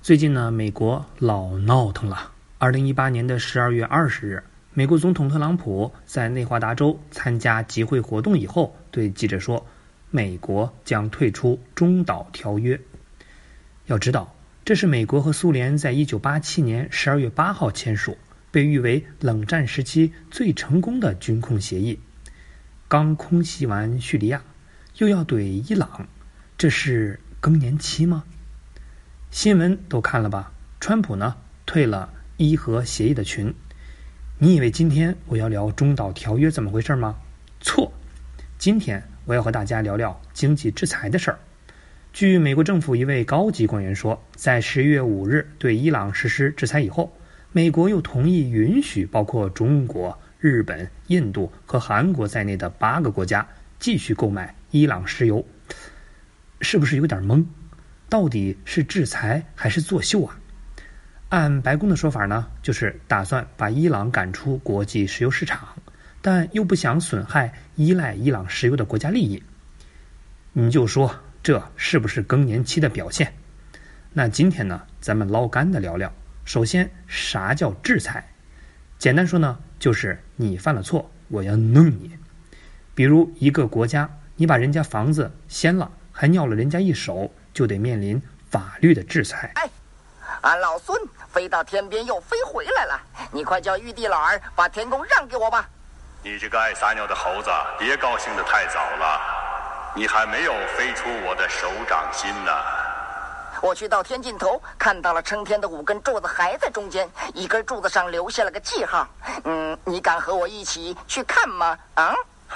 最近呢，美国老闹腾了。2018年的12月20日，美国总统特朗普在内华达州参加集会活动以后，对记者说，美国将退出中导条约。要知道，这是美国和苏联在1987年12月8号签署，被誉为冷战时期最成功的军控协议。刚空袭完叙利亚，又要怼伊朗，这是更年期吗？新闻都看了吧，川普呢退了伊核协议的群。你以为今天我要聊中导条约怎么回事吗？错，今天我要和大家聊聊经济制裁的事儿。据美国政府一位高级官员说，在11月5日对伊朗实施制裁以后，美国又同意允许包括中国、日本、印度和韩国在内的8个国家继续购买伊朗石油。是不是有点懵？到底是制裁还是作秀啊？按白宫的说法呢，就是打算把伊朗赶出国际石油市场，但又不想损害依赖伊朗石油的国家利益。你就说这是不是更年期的表现？那今天呢，咱们捞干的聊聊。首先，啥叫制裁？简单说呢，就是你犯了错，我要弄你。比如一个国家，你把人家房子掀了，还尿了人家一手，就得面临法律的制裁。 俺老孙飞到天边又飞回来了，你快叫玉帝老儿把天宫让给我吧。 你这个爱撒尿的猴子，别高兴得太早了，你还没有飞出我的手掌心呢。 我去到天尽头，看到了撑天的5根柱子还在中间，一根柱子上留下了个记号。你敢和我一起去看吗？啊？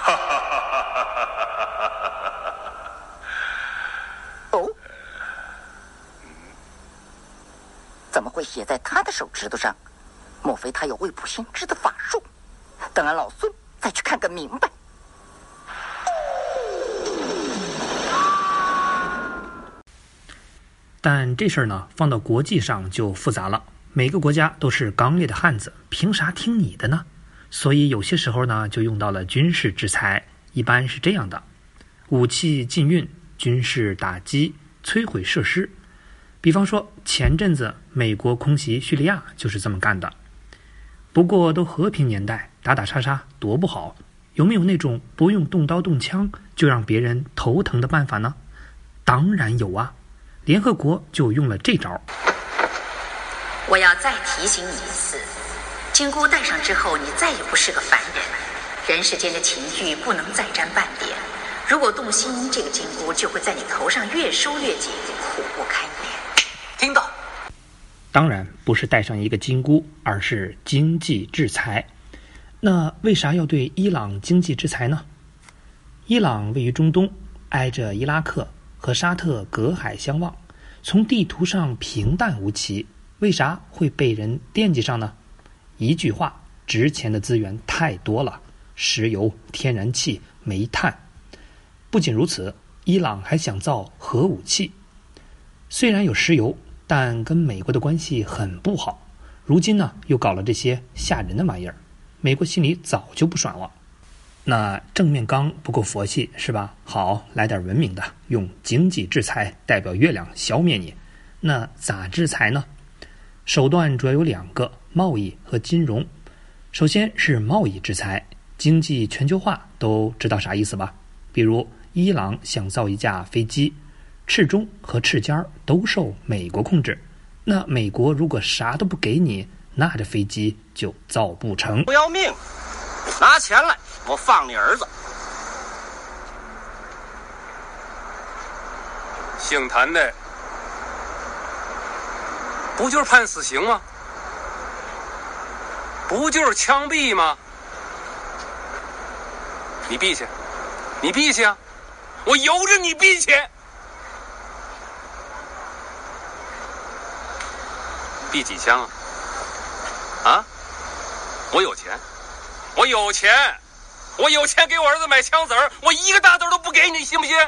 哦，怎么会写在他的手指头上？莫非他有未卜先知的法术？等俺老孙再去看个明白。 但这事儿呢，放到国际上就复杂了。每个国家都是刚烈的汉子，凭啥听你的呢？所以有些时候呢，就用到了军事制裁。一般是这样的：武器禁运、军事打击、摧毁设施。比方说，前阵子美国空袭叙利亚就是这么干的。不过都和平年代，打打杀杀多不好，有没有那种不用动刀动枪就让别人头疼的办法呢？当然有啊。联合国就用了这招。 我要再提醒你一次，金箍戴上之后，你再也不是个凡人，人世间的情欲不能再沾半点。如果动心，这个金箍就会在你头上越收越紧，苦不堪言。 听到？ 当然不是戴上一个金箍，而是经济制裁。那为啥要对伊朗经济制裁呢？伊朗位于中东，挨着伊拉克和沙特隔海相望，从地图上平淡无奇，为啥会被人惦记上呢？一句话，值钱的资源太多了，石油、天然气、煤炭。不仅如此，伊朗还想造核武器。虽然有石油，但跟美国的关系很不好。如今呢，又搞了这些吓人的玩意儿，美国心里早就不爽了。那正面刚不够佛系是吧？好，来点文明的，用经济制裁代表月亮消灭你。那咋制裁呢？手段主要有2个，贸易和金融。首先是贸易制裁，经济全球化都知道啥意思吧？比如伊朗想造一架飞机，翅中和翅尖都受美国控制，那美国如果啥都不给你，那这飞机就造不成。 不要命，拿钱来，我放你儿子。 姓谭的不就是判死刑吗？不就是枪毙吗？你闭去，你闭去啊！我由着你闭去。闭几枪啊？啊？我有钱，我有钱，我有钱给我儿子买枪子儿，我一个大子都不给你，信不信？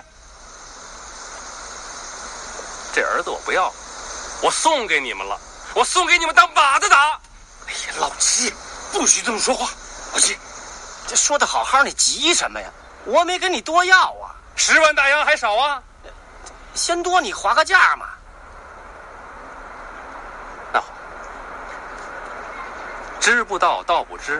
这儿子我不要，我送给你们了，我送给你们当靶子打。 哎呀，老七，不许这么说话！老七，这说的好好，你急什么呀？我没跟你多要啊 ，10万大洋还少啊？ 先多你划个价嘛。 知不道，道不知。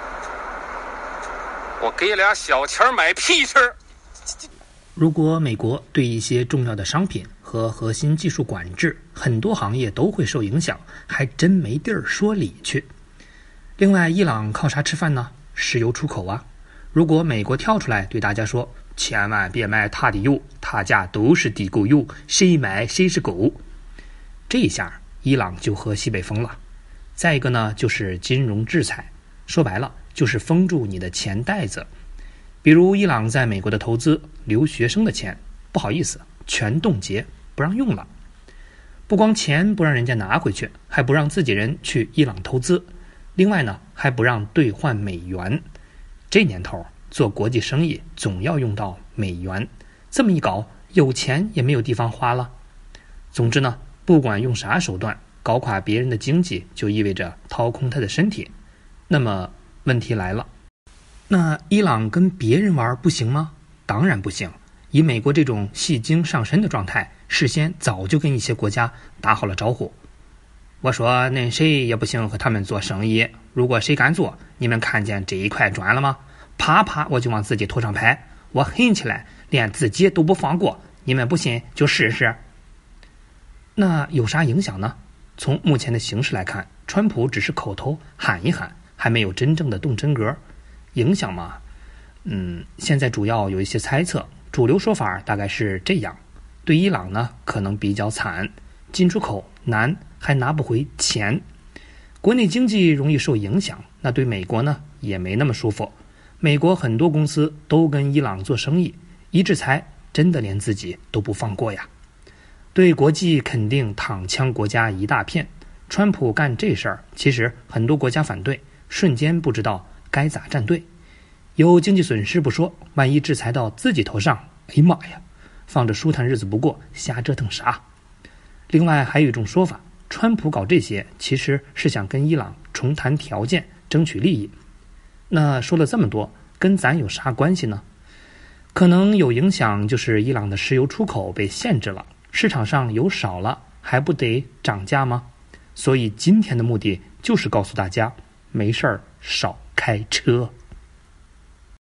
我给俩小钱买屁吃。 如果美国对一些重要的商品和核心技术管制，很多行业都会受影响，还真没地儿说理去。另外，伊朗靠啥吃饭呢？石油出口啊。如果美国跳出来对大家说，千万别买他的油，他家都是地沟油，谁买谁是狗，这一下伊朗就喝西北风了。再一个呢，就是金融制裁，说白了就是封住你的钱袋子。比如伊朗在美国的投资，留学生的钱，不好意思，全冻结，不让用了。不光钱不让人家拿回去，还不让自己人去伊朗投资。另外呢，还不让兑换美元。这年头做国际生意总要用到美元，这么一搞，有钱也没有地方花了。总之呢，不管用啥手段搞垮别人的经济，就意味着掏空他的身体。那么问题来了，那伊朗跟别人玩不行吗？当然不行。以美国这种戏精上身的状态，事先早就跟一些国家打好了招呼。我说恁谁也不行和他们做生意，如果谁敢做，你们看见这一块砖了吗？啪啪我就往自己头上拍，我狠起来连自己都不放过，你们不信就试试。那有啥影响呢？从目前的形势来看，川普只是口头喊一喊，还没有真正的动真格。影响嘛，现在主要有一些猜测，主流说法大概是这样：对伊朗呢可能比较惨，进出口难，还拿不回钱，国内经济容易受影响。那对美国呢也没那么舒服，美国很多公司都跟伊朗做生意，一制裁真的连自己都不放过呀。对国际肯定躺枪国家一大片，川普干这事儿，其实很多国家反对，瞬间不知道该咋站队。有经济损失不说，万一制裁到自己头上，哎呀妈呀，放着舒坦日子不过，瞎折腾啥？另外还有一种说法，川普搞这些其实是想跟伊朗重谈条件，争取利益。那说了这么多，跟咱有啥关系呢？可能有影响，就是伊朗的石油出口被限制了，市场上油少了，还不得涨价吗？所以今天的目的就是告诉大家，没事儿少开车。